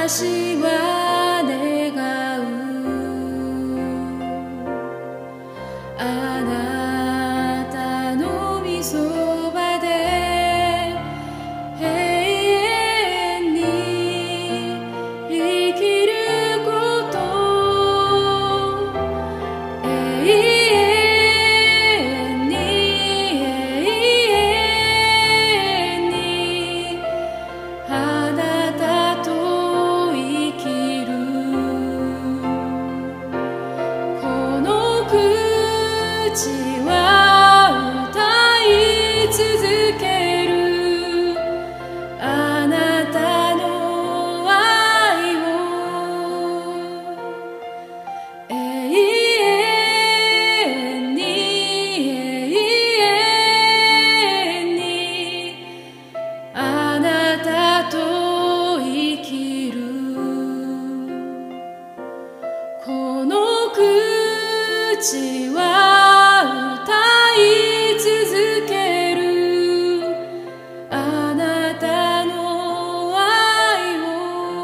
私は願う、あなたの御そばで永遠に生きること、永遠にあなたと生きる。この口は歌い続ける、あなたの愛を永遠にあなたと生きる。この口は歌い続ける、あなたの愛を。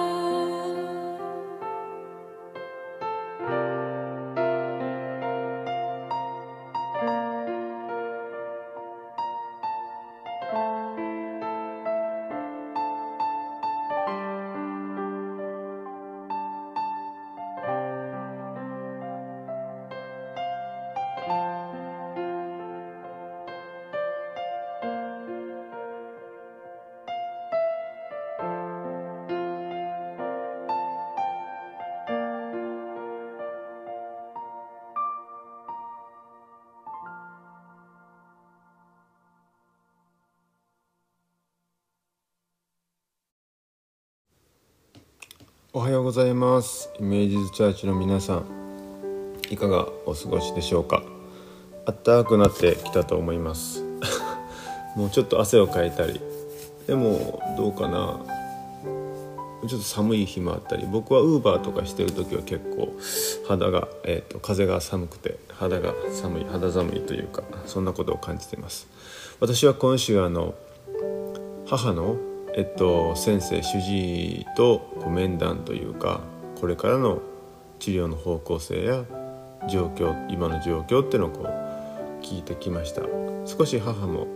おはようございます。イメージズチャーチの皆さん、いかがお過ごしでしょうか。暖かくなってきたと思いますもうちょっと汗をかいたり、でもどうかな、ちょっと寒い日もあったり、僕はウーバーとかしてる時は結構肌が、風が寒くて肌寒いというか、そんなことを感じています。私は今週母の先生主治医と面談というか、これからの治療の方向性や今の状況っていうのを聞いてきました。少し母も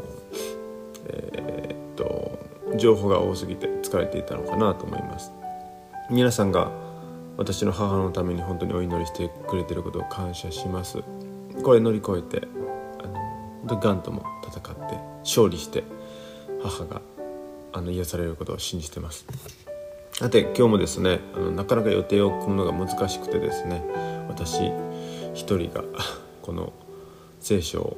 情報が多すぎて疲れていたのかなと思います。皆さんが私の母のために本当にお祈りしてくれていることを感謝します。これ乗り越えてがんとも戦って勝利して、母が癒されることを信じています。さて今日もですね、なかなか予定を組むのが難しくてですね、私一人がこの聖書を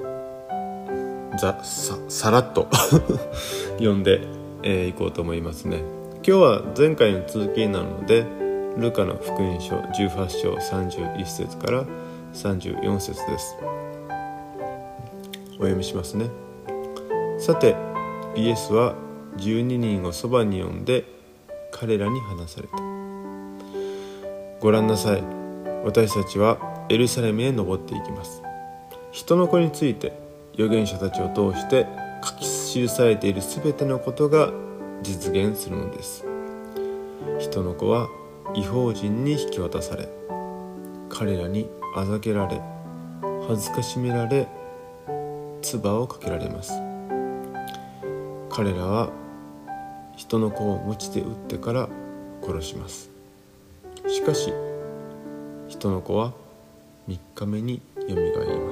さらっと読んでいこうと思いますね。今日は前回の続きなので、ルカの福音書18章31節から34節です。お読みしますね。さてイエスは12人をそばに呼んで彼らに話された。ご覧なさい、私たちはエルサレムへ登っていきます。人の子について預言者たちを通して書き記されているすべてのことが実現するのです。人の子は異邦人に引き渡され、彼らにあざけられ、恥ずかしめられ、唾をかけられます。彼らは人の子を鞭で打ってから殺します。しかし人の子は3日目によみがえります。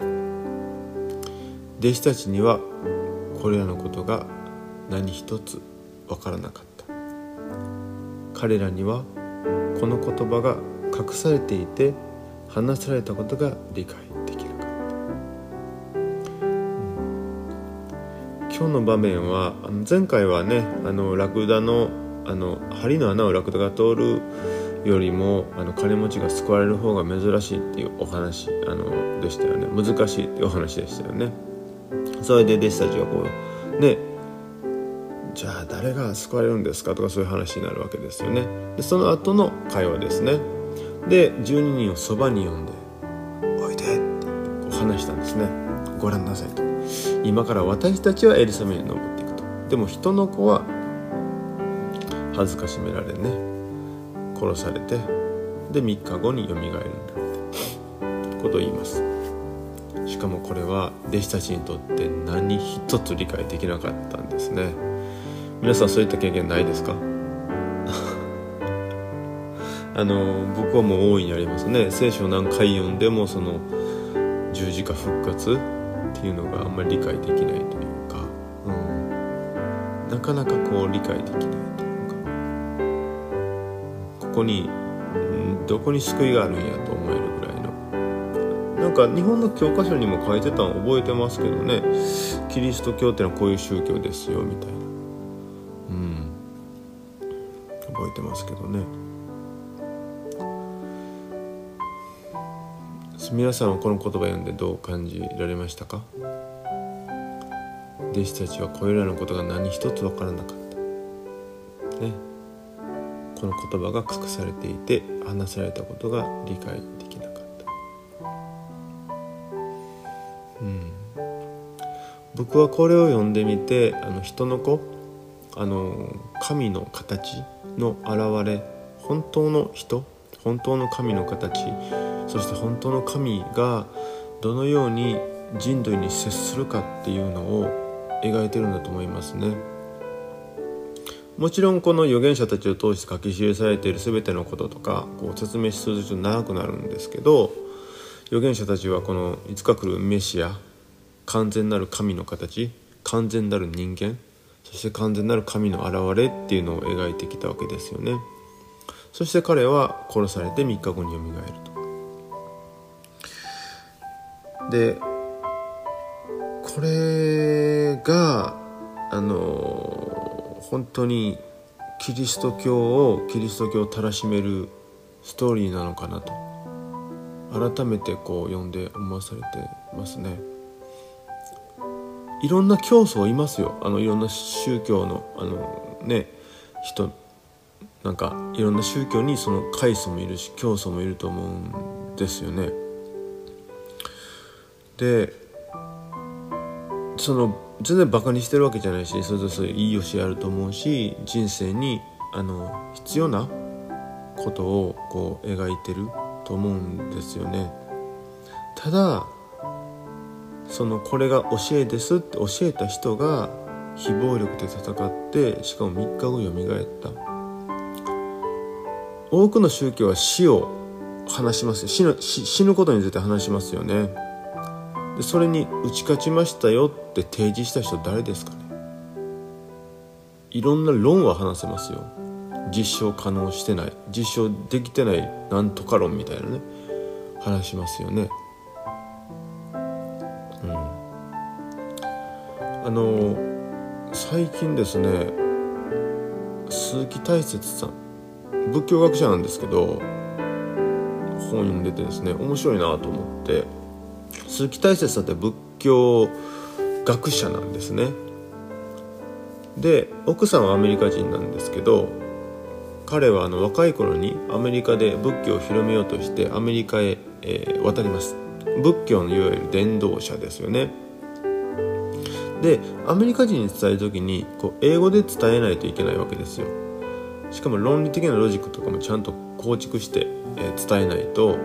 弟子たちにはこれらのことが何一つわからなかった。彼らにはこの言葉が隠されていて話されたことが理解できるかった。今日の場面は前回はね、ラクダの針の穴をラクダが通るよりも金持ちが救われる方が珍しいっていうお話でしたよね。難しいっていうお話でしたよね。それで弟子たちがじゃあ誰が救われるんですかとか、そういう話になるわけですよね。でその後の会話ですね。で12人をそばに呼んでおいでって話したんですね。ご覧なさいと、今から私たちはエルサレムに登っていくと。でも人の子は恥ずかしめられね、殺されて、で3日後によみがえるんだってことを言います。しかもこれは弟子たちにとって何一つ理解できなかったんですね。皆さんそういった経験ないですか？僕はもう大いにありますね。聖書を何回読んでもその十字架復活っていうのがあんまり理解できないというか、なかなかこう理解できないというか、ここに、どこに救いがあるんやと思えるぐらいの、なんか日本の教科書にも書いてたの覚えてますけどね、キリスト教ってのはこういう宗教ですよみたいな、覚えてますけどね。皆さんはこの言葉を読んでどう感じられましたか？弟子たちはこれらのことが何一つ分からなかったね。この言葉が隠されていて話されたことが理解できなかった。僕はこれを読んでみて、人の子、神の形の現れ、本当の人、本当の神の形、そして本当の神がどのように人類に接するかっていうのを描いてるんだと思いますね。もちろんこの預言者たちを通して書き記されている全てのこととかこう説明すると長くなるんですけど、預言者たちはこのいつか来るメシア、完全なる神の形、完全なる人間、そして完全なる神の現れっていうのを描いてきたわけですよね。そして彼は殺されて3日後によみがえると。でこれが本当にキリスト教をたらしめるストーリーなのかなと改めてこう読んで思わされてますね。いろんな教祖いますよ。いろんな宗教の人、なんかいろんな宗教にその開祖もいるし教祖もいると思うんですよね。でその全然バカにしてるわけじゃないし、それぞれいいよしあると思うし、人生に必要なことをこう描いてると思うんですよね。ただこれが教えですって教えた人が非暴力で戦って、しかも3日後よみがえった。多くの宗教は死を話しますよ。死ぬことについて話しますよね。でそれに打ち勝ちましたよって提示した人誰ですかね。いろんな論は話せますよ。実証可能してない、実証できてないなんとか論みたいなね話しますよね。最近ですね、鈴木大拙さん、仏教学者なんですけど、本読んでてですね面白いなと思って。鈴木大拙さんって仏教学者なんですね。で奥さんはアメリカ人なんですけど、彼は若い頃にアメリカで仏教を広めようとしてアメリカへ、渡ります。仏教のいわゆる伝道者ですよね。でアメリカ人に伝える時に英語で伝えないといけないわけですよ。しかも論理的なロジックとかもちゃんと構築して、伝えないと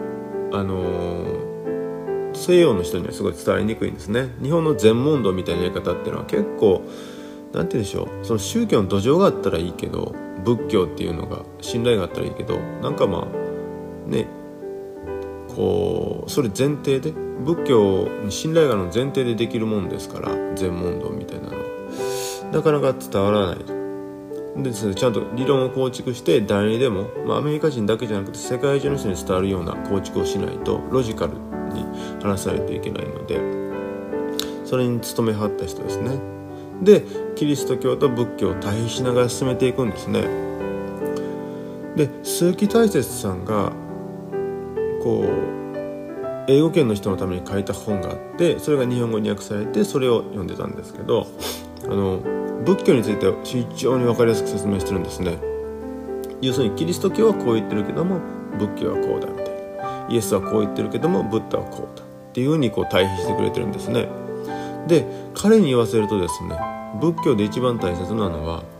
西洋の人にはすごい伝わりにくいんですね。日本の禅問答みたいなやり方っていうのは結構なんて言うんでしょう、その宗教の土壌があったらいいけど、仏教っていうのが信頼があったらいいけど、なんかまあねこうそれ前提で仏教に信頼があるの前提でできるもんですから、禅問答みたいなのはなかなか伝わらないでですね、ちゃんと理論を構築して誰にでも、アメリカ人だけじゃなくて世界中の人に伝わるような構築をしないとロジカルに話さないといけないので、それに努めはった人ですね。でキリスト教と仏教を対比しながら進めていくんですね。で鈴木大拙さんがこう英語圏の人のために書いた本があって、それが日本語に訳されてそれを読んでたんですけど、仏教について非常に分かりやすく説明してるんですね。要するにキリスト教はこう言ってるけども仏教はこうだみたいな、イエスはこう言ってるけどもブッダはこうだっていうふうに対比してくれてるんですね。で彼に言わせるとですね、仏教で一番大切なのは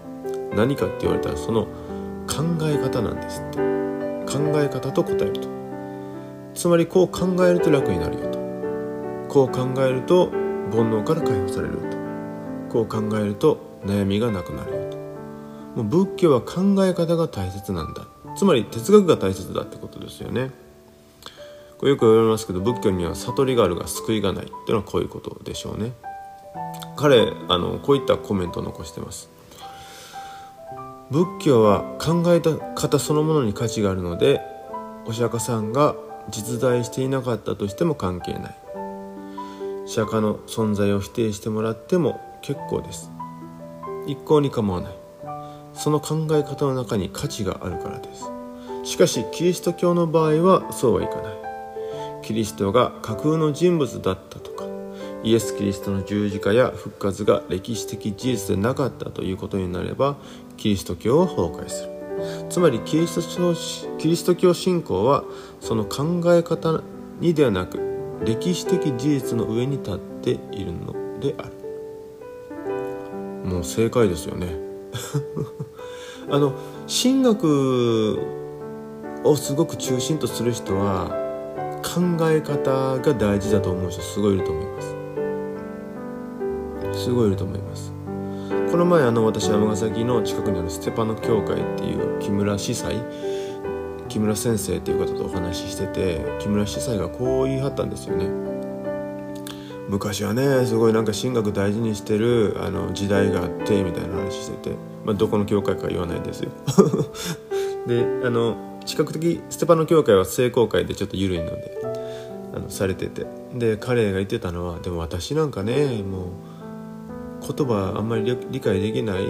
何かって言われたらその考え方なんですって。考え方と答えると、つまりこう考えると楽になるよと、こう考えると煩悩から解放されるよと、こう考えると悩みがなくなるよと。もう仏教は考え方が大切なんだ、つまり哲学が大切だってことですよね。これよく言われますけど、仏教には悟りがあるが救いがないっていうのはこういうことでしょうね。彼こういったコメントを残してます。仏教は考えた方そのものに価値があるので、お釈迦さんが実在していなかったとしても関係ない。釈迦の存在を否定してもらっても結構です。一向に構わない。その考え方の中に価値があるからです。しかしキリスト教の場合はそうはいかない。キリストが架空の人物だったとか、イエス・キリストの十字架や復活が歴史的事実でなかったということになれば、キリスト教は崩壊する。つまりキリスト教信仰はその考え方にではなく、歴史的事実の上に立っているのである。もう正解ですよね神学をすごく中心とする人は考え方が大事だと思う人すごいいると思います。すごいいると思います。この前私尼崎の近くにあるステパノ教会っていう木村司祭、木村先生っていう方とお話ししてて、木村司祭がこう言い張ったんですよね。昔はね、すごいなんか神学大事にしてる時代があってみたいな話してて、どこの教会か言わないですよで比較的ステパノ教会は聖公会でちょっと緩いのでされてて、で彼が言ってたのは、でも私なんかね、もう言葉あんまり理解できない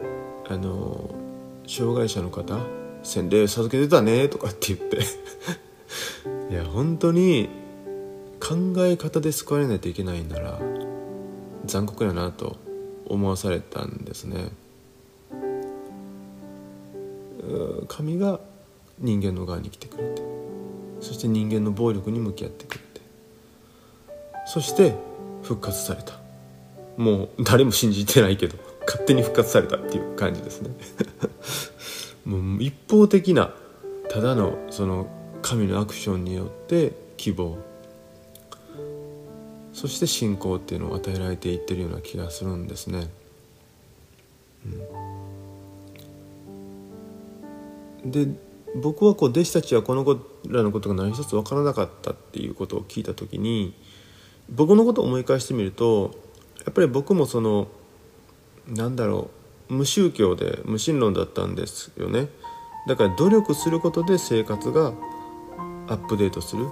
障害者の方洗礼授けてたねとかって言っていや本当に考え方で救われないといけないなら残酷やなと思わされたんですね。神が人間の側に来てくれて、そして人間の暴力に向き合ってくれて、そして復活された。もう誰も信じてないけど勝手に復活されたっていう感じですねもう一方的なただのその神のアクションによって希望、そして信仰っていうのを与えられていってるような気がするんですね。で僕は弟子たちはこの子らのことが何一つ分からなかったっていうことを聞いた時に、僕のことを思い返してみると、やっぱり僕も無宗教で無神論だったんですよね。だから努力することで生活がアップデートする、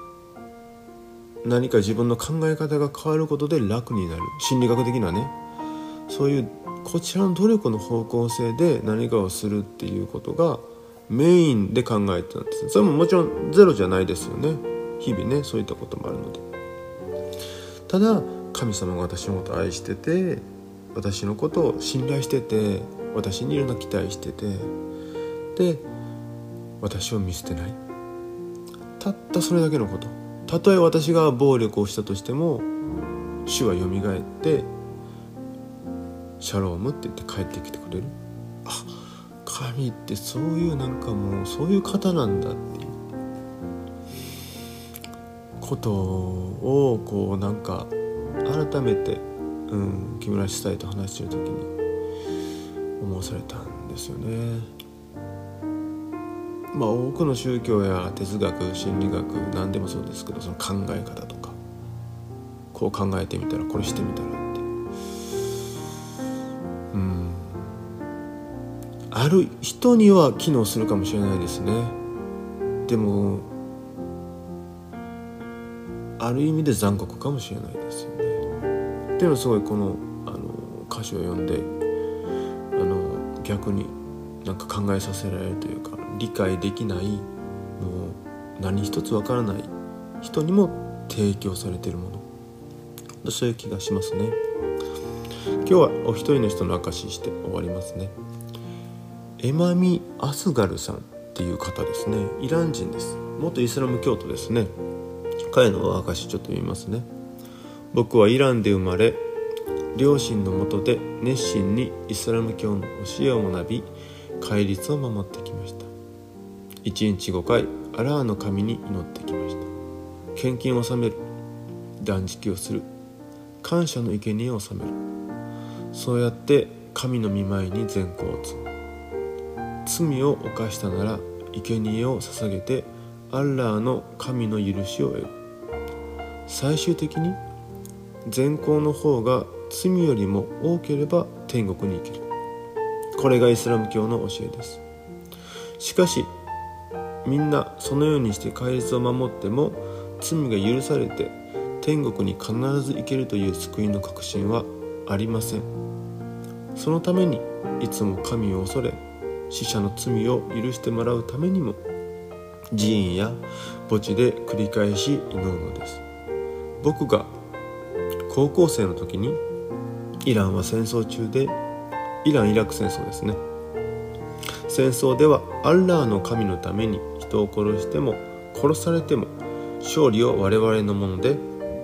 何か自分の考え方が変わることで楽になる、心理学的なね、そういうこちらの努力の方向性で何かをするっていうことがメインで考えてたんです。それももちろんゼロじゃないですよね。日々ね、そういったこともあるので。ただ神様が私のことを愛してて、私のことを信頼してて、私にいろんな期待してて、で私を見捨てない、たったそれだけのこと。たとえ私が暴力をしたとしても、主はよみがえってシャロームって言って帰ってきてくれる。神ってそういうもうそういう方なんだっていうことを改めて、木村司祭と話してる時に思わされたんですよね。多くの宗教や哲学、心理学何でもそうですけど、その考え方とか、こう考えてみたら、これしてみたらって、ある人には機能するかもしれないですね。でもある意味で残酷かもしれないですよね。っていうのはすごいこの歌詞を読んで逆に考えさせられるというか、理解できない、もう何一つわからない人にも提供されているもの、そういう気がしますね。今日はお一人の人の証しして終わりますね。エマミ・アスガルさんっていう方ですね。イラン人です。元イスラム教徒ですね。彼の証しちょっと読みますね。僕はイランで生まれ、 両親のもとで熱心にイスラム教の教えを学び、戒律を守ってきました。1日5回アラーの神に祈ってきました。献金を納める、断食をする、感謝の生贄を納める。そうやって神の御前に善行を積む。罪を犯したなら生贄を捧げてアッラーの神の許しを得る。最終的に善行の方が罪よりも多ければ天国に行ける。これがイスラム教の教えです。しかしみんなそのようにして戒律を守っても罪が許されて天国に必ず行けるという救いの確信はありません。そのためにいつも神を恐れ、死者の罪を許してもらうためにも寺院や墓地で繰り返し祈るのです。僕が高校生の時に、イランは戦争中で、イラン・イラク戦争ですね。戦争ではアッラーの神のために人を殺しても殺されても勝利は我々のもので、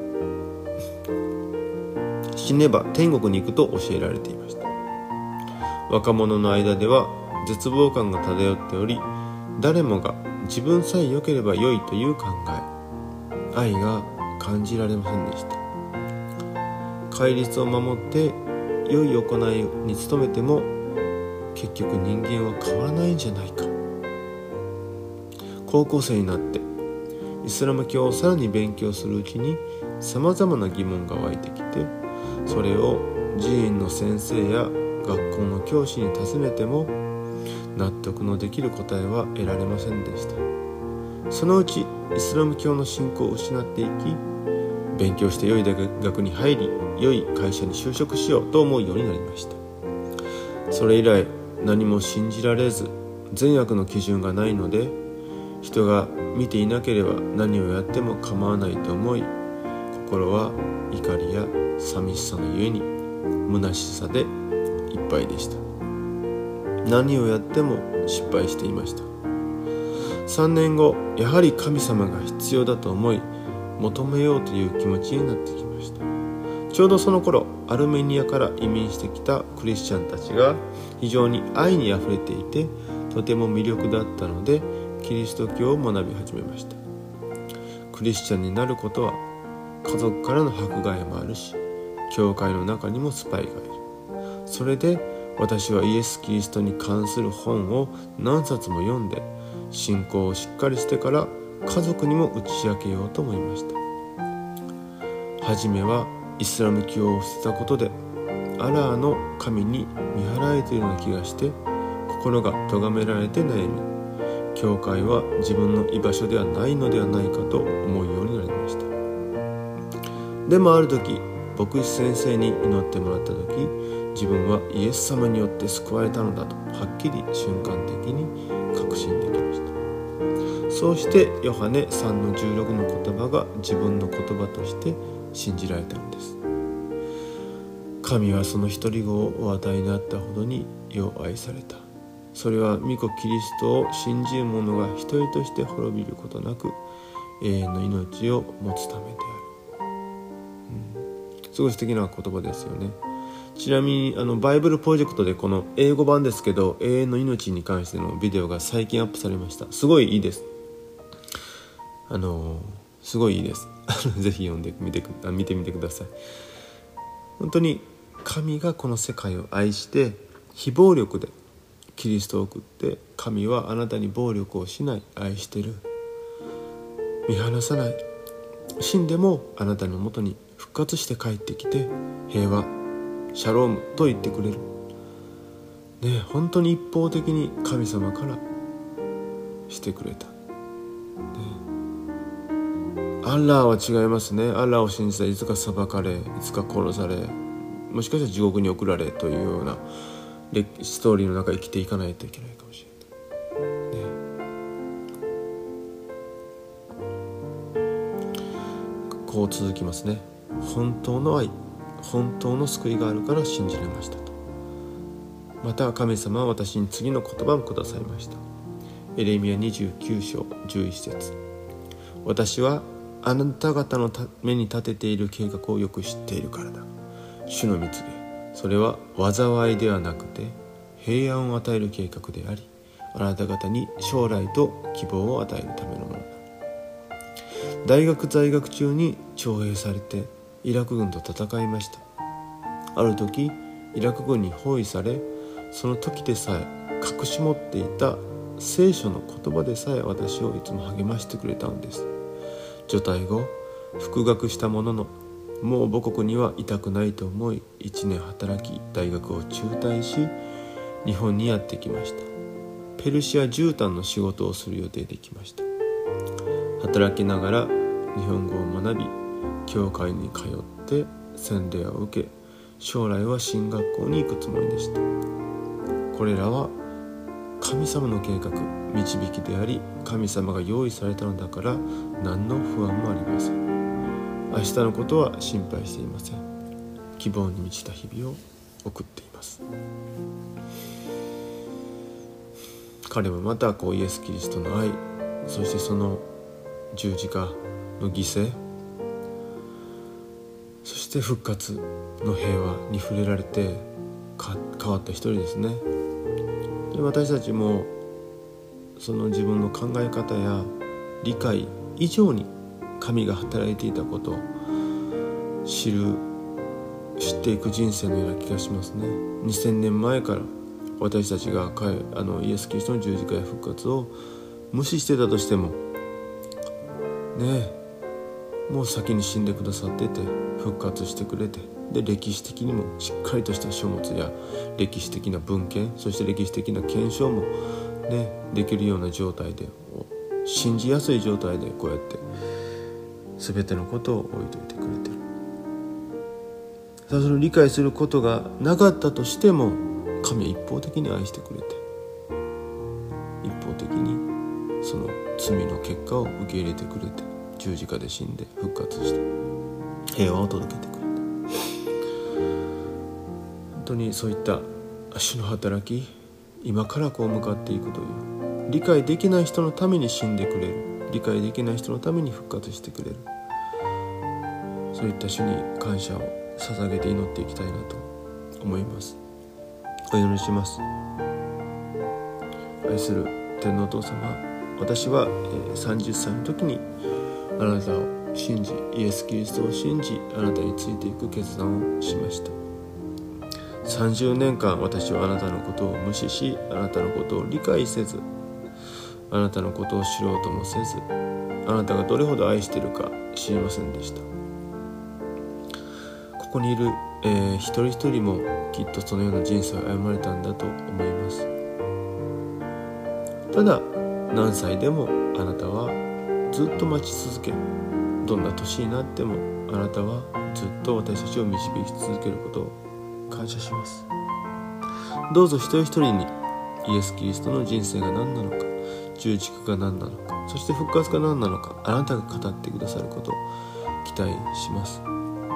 死ねば天国に行くと教えられていました。若者の間では絶望感が漂っており、誰もが自分さえ良ければ良いという考え、愛が感じられませんでした。戒律を守って良い行いに努めても結局人間は変わらないんじゃないか。高校生になってイスラム教をさらに勉強するうちにさまざまな疑問が湧いてきて、それを寺院の先生や学校の教師に尋ねても納得のできる答えは得られませんでした。そのうちイスラム教の信仰を失っていき、勉強して良い大学に入り、良い会社に就職しようと思うようになりました。それ以来何も信じられず、善悪の基準がないので、人が見ていなければ何をやっても構わないと思い、心は怒りや寂しさのゆえに虚しさでいっぱいでした。何をやっても失敗していました。3年後、やはり神様が必要だと思い、求めようという気持ちになってきました。ちょうどその頃、アルメニアから移民してきたクリスチャンたちが非常に愛にあふれていて、とても魅力だったのでキリスト教を学び始めました。クリスチャンになることは家族からの迫害もあるし、教会の中にもスパイがいる。それで私はイエス・キリストに関する本を何冊も読んで、信仰をしっかりしてから家族にも打ち明けようと思いました。はじめはイスラム教を捨てたことでアラーの神に見張られているような気がして、心が咎められて悩み、教会は自分の居場所ではないのではないかと思うようになりました。でもある時、牧師先生に祈ってもらった時、自分はイエス様によって救われたのだとはっきり瞬間的に確信できました。そうしてヨハネ 3:16 の言葉が自分の言葉として信じられたのです。神はその一人子をお与えになったほどによう愛された。それは御子キリストを信じる者が一人として滅びることなく永遠の命を持つためである。すごい素敵な言葉ですよね。ちなみにバイブルプロジェクトでこの英語版ですけど、永遠の命に関してのビデオが最近アップされました。すごいいいです。すごいいいですぜひ見てみてください。本当に神がこの世界を愛して非暴力でキリストを送って、神はあなたに暴力をしない、愛してる、見放さない、死んでもあなたのもとに復活して帰ってきて平和、シャロームと言ってくれる、ね、本当に一方的に神様からしてくれた、アッラーは違いますね。アッラーを信じたらいつか裁かれ、いつか殺され、もしかしたら地獄に送られというようなストーリーの中生きていかないといけないかもしれない、こう続きますね。本当の愛、本当の救いがあるから信じれましたと。また神様は私に次の言葉をくださいました。エレミヤ29章11節、私はあなた方のために立てている計画をよく知っているからだ。 主の蜜げ、それは災いではなくて平安を与える計画であり、あなた方に将来と希望を与えるためのものだ。大学在学中に徴兵されてイラク軍と戦いました。ある時イラク軍に包囲され、その時でさえ隠し持っていた聖書の言葉でさえ私をいつも励ましてくれたのです。除隊後復学したものの、もう母国にはいたくないと思い、1年働き大学を中退し、日本にやってきました。ペルシア絨毯の仕事をする予定できました。働きながら日本語を学び、教会に通って洗礼を受け、将来は進学校に行くつもりでした。これらは神様の計画、導きであり、神様が用意されたのだから、何の不安もありません。明日のことは心配していません。希望に満ちた日々を送っています。彼はまたイエス・キリストの愛、そしてその十字架の犠牲、そして復活の平和に触れられて変わった一人ですね。で、私たちもその自分の考え方や理解以上に神が働いていたことを知っていく人生のような気がしますね。2000年前から私たちがイエス・キリストの十字架や復活を無視してたとしてもね、もう先に死んでくださってて復活してくれて、で歴史的にもしっかりとした書物や歴史的な文献、そして歴史的な検証もねできるような状態で、信じやすい状態でこうやって全てのことを置いといてくれてる。それを理解することがなかったとしても、神は一方的に愛してくれて、一方的にその罪の結果を受け入れてくれて、十字架で死んで復活して平和を届けてくれて、本当にそういった主の働き、今から向かっていくという、理解できない人のために死んでくれる、理解できない人のために復活してくれる、そういった主に感謝を捧げて祈っていきたいなと思います。お祈りします。愛する天皇お父様、私は30歳の時にあなたを信じ、イエス・キリストを信じ、あなたについていく決断をしました。30年間私はあなたのことを無視し、あなたのことを理解せず、あなたのことを知ろうともせず、あなたがどれほど愛しているか知りませんでした。ここにいる、一人一人もきっとそのような人生を歩まれたんだと思います。ただ何歳でもあなたはずっと待ち続け、どんな年になってもあなたはずっと私たちを導き続けることを感謝します。どうぞ一人一人にイエス・キリストの人生が何なのか、十字架が何なのか、そして復活が何なのか、あなたが語ってくださることを期待します。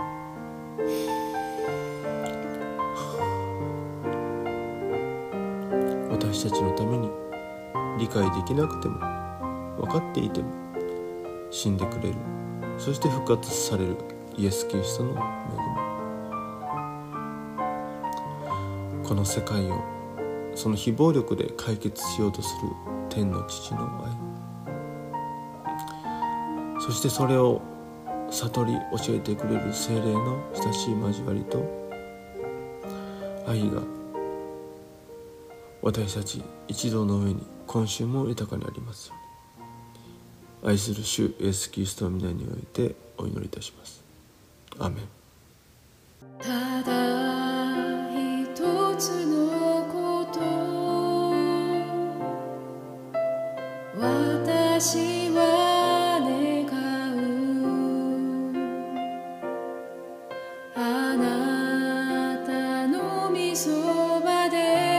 私たちのために理解できなくても分かっていても死んでくれる、そして復活されるイエス・キリストの恵み、この世界をその非暴力で解決しようとする天の父の愛、そしてそれを悟り教えてくれる聖霊の親しい交わりと愛が私たち一同の上に今週も豊かにありますように。愛する主イエス・キリストの皆においてお祈りいたします。アーメン。 ただ一つのこと私は願う、あなたの御そばで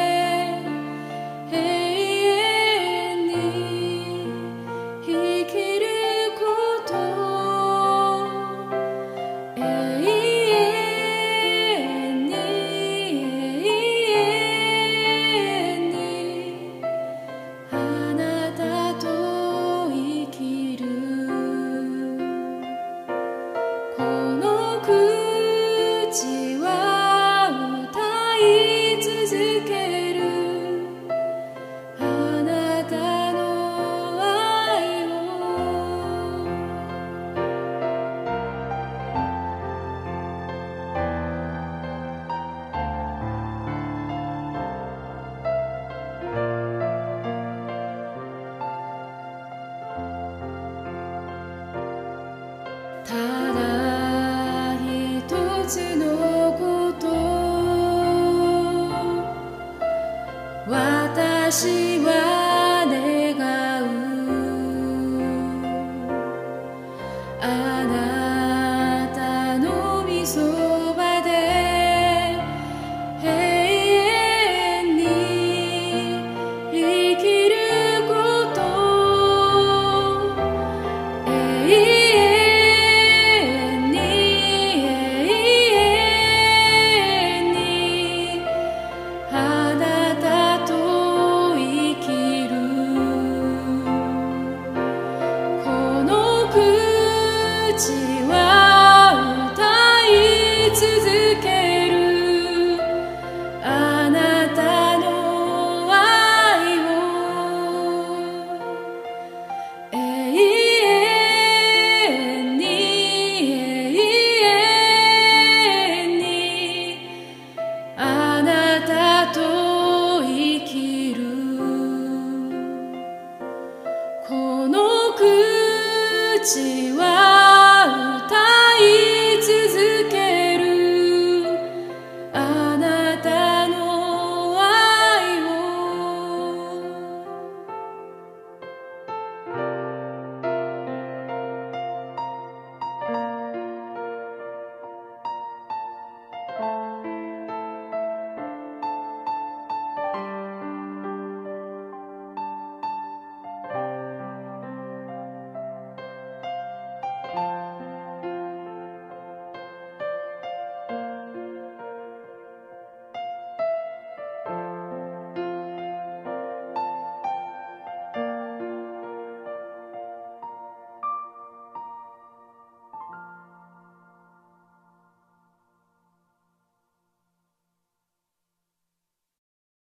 あなたと生い続けるあなたの愛をただ一つのこと私は